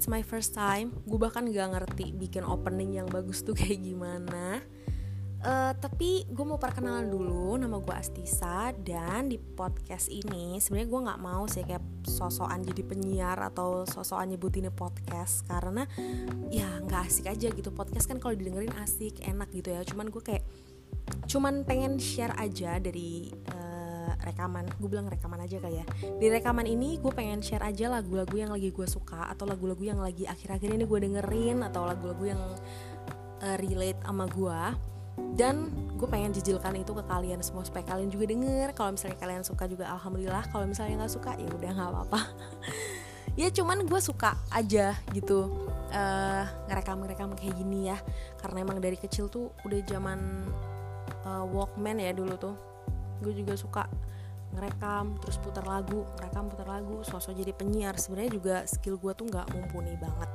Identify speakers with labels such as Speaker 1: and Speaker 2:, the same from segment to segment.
Speaker 1: it's my first time. Gue bahkan gak ngerti bikin opening yang bagus tuh kayak gimana. Tapi gue mau perkenalan dulu, nama gue Astisa. Dan di podcast ini sebenarnya gue gak mau sih kayak sosokan jadi penyiar atau sosokan nyebutin podcast, karena ya gak asik aja gitu. Podcast kan kalau didengerin asik, enak gitu ya. Cuman pengen share aja dari rekaman. Gue bilang rekaman aja kali ya. Di rekaman ini gue pengen share aja lagu-lagu yang lagi gue suka, atau lagu-lagu yang lagi akhir-akhir ini gue dengerin, atau lagu-lagu yang relate sama gue. Dan gue pengen jejilkan itu ke kalian semua supaya kalian juga denger. Kalau misalnya kalian suka juga alhamdulillah, kalau misalnya nggak suka ya udah nggak apa-apa. Ya cuman gue suka aja gitu ngerekam kayak gini ya, karena emang dari kecil tuh udah zaman Walkman ya dulu tuh. Gue juga suka ngerekam terus putar lagu, sosok jadi penyiar. Sebenarnya juga skill gue tuh nggak mumpuni banget.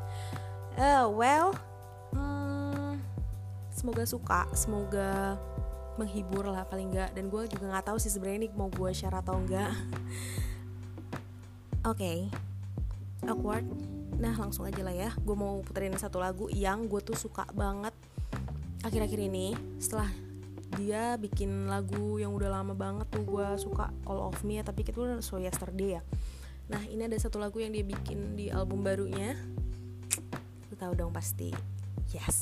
Speaker 1: Semoga suka, semoga menghibur lah paling enggak. Dan gue juga nggak tahu sih sebenarnya ini mau gue share atau enggak. Oke. Awkward. Nah langsung aja lah ya. Gue mau puterin satu lagu yang gue tuh suka banget akhir-akhir ini. Setelah dia bikin lagu yang udah lama banget tuh gue suka, All of Me ya, tapi itu udah So Yesterday ya. Nah ini ada satu lagu yang dia bikin di album barunya. Lu tahu dong pasti. Yes.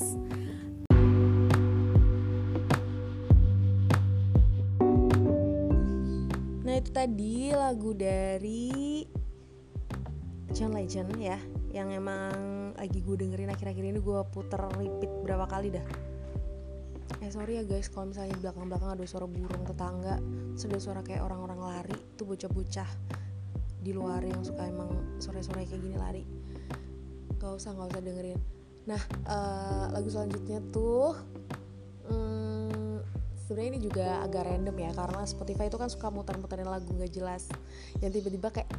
Speaker 1: Nah itu tadi lagu dari John Legend ya, yang emang lagi gue dengerin akhir-akhir ini. Gue puter repeat berapa kali dah. Sorry ya guys kalau misalnya di belakang-belakang ada suara burung tetangga, terus ada suara kayak orang-orang lari. Itu bocah-bocah di luar yang suka emang sore-sore kayak gini lari. Gak usah dengerin. Nah lagu selanjutnya tuh sebenarnya ini juga agak random ya, karena Spotify itu kan suka muter-muterin lagu gak jelas yang tiba-tiba kayak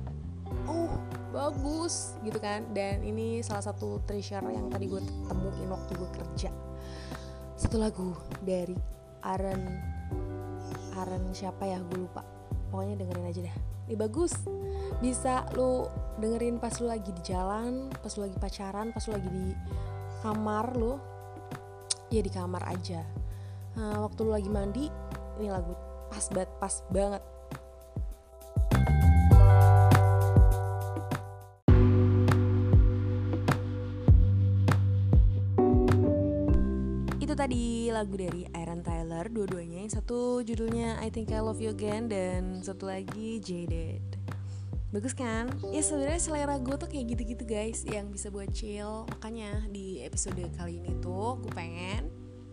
Speaker 1: bagus gitu kan. Dan ini salah satu treasure yang tadi gue temuin waktu gue kerja. Satu lagu dari Aaron siapa ya, gue lupa. Pokoknya dengerin aja dah. Ini bagus. Bisa lu dengerin pas lu lagi di jalan, pas lu lagi pacaran, pas lu lagi di kamar lu. Ya di kamar aja. Waktu lu lagi mandi, ini lagu pas banget. Itu tadi lagu dari Aaron Tyler, dua-duanya. Yang satu judulnya I Think I Love You Again, dan satu lagi Jaded. Bagus kan? Ya sebenarnya selera gue tuh kayak gitu-gitu guys, yang bisa buat chill. Makanya di episode kali ini tuh gue pengen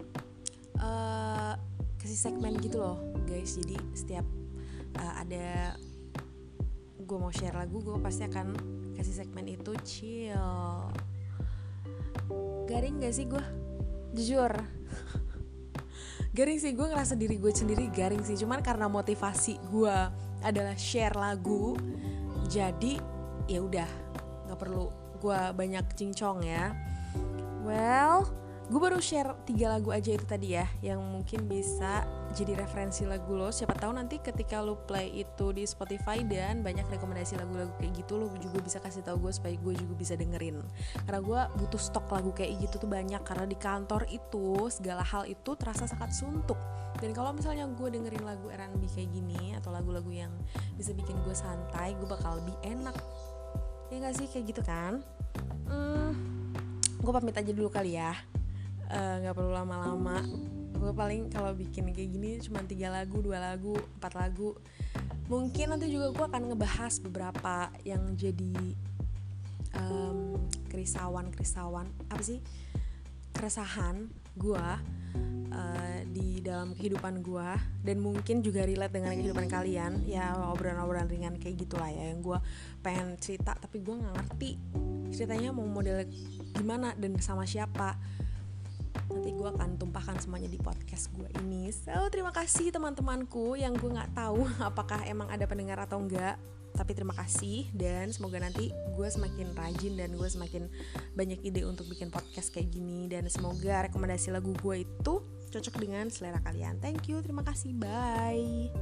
Speaker 1: kasih segmen gitu loh guys. Jadi setiap ada gue mau share lagu, gue pasti akan kasih segmen itu chill. Garing gak sih gue? Jujur garing sih, gue ngerasa diri gue sendiri garing sih. Cuman karena motivasi gue adalah share lagu, jadi ya udah nggak perlu gue banyak cincong ya. Gue baru share 3 lagu aja itu tadi ya, yang mungkin bisa jadi referensi lagu lo. Siapa tahu nanti ketika lo play itu di Spotify dan banyak rekomendasi lagu-lagu kayak gitu, lo juga bisa kasih tahu gue supaya gue juga bisa dengerin. Karena gue butuh stok lagu kayak gitu tuh banyak, karena di kantor itu segala hal itu terasa sangat suntuk. Dan kalau misalnya gue dengerin lagu R&B kayak gini atau lagu-lagu yang bisa bikin gue santai, gue bakal lebih enak. Ya nggak sih kayak gitu kan? Gue pamit aja dulu kali ya. Gak perlu lama-lama. Gue paling kalau bikin kayak gini cuma 3 lagu, 2 lagu, 4 lagu. Mungkin nanti juga gue akan ngebahas beberapa yang jadi keresahan gue di dalam kehidupan gue, dan mungkin juga relate dengan kehidupan kalian. Ya obrolan-obrolan ringan kayak gitulah ya, yang gue pengen cerita tapi gue gak ngerti ceritanya mau model gimana dan sama siapa. Nanti gue akan tumpahkan semuanya di podcast gue ini. So terima kasih teman-temanku yang gue gak tahu apakah emang ada pendengar atau enggak, tapi terima kasih. Dan semoga nanti gue semakin rajin dan gue semakin banyak ide untuk bikin podcast kayak gini. Dan semoga rekomendasi lagu gue itu cocok dengan selera kalian. Thank you, terima kasih, bye.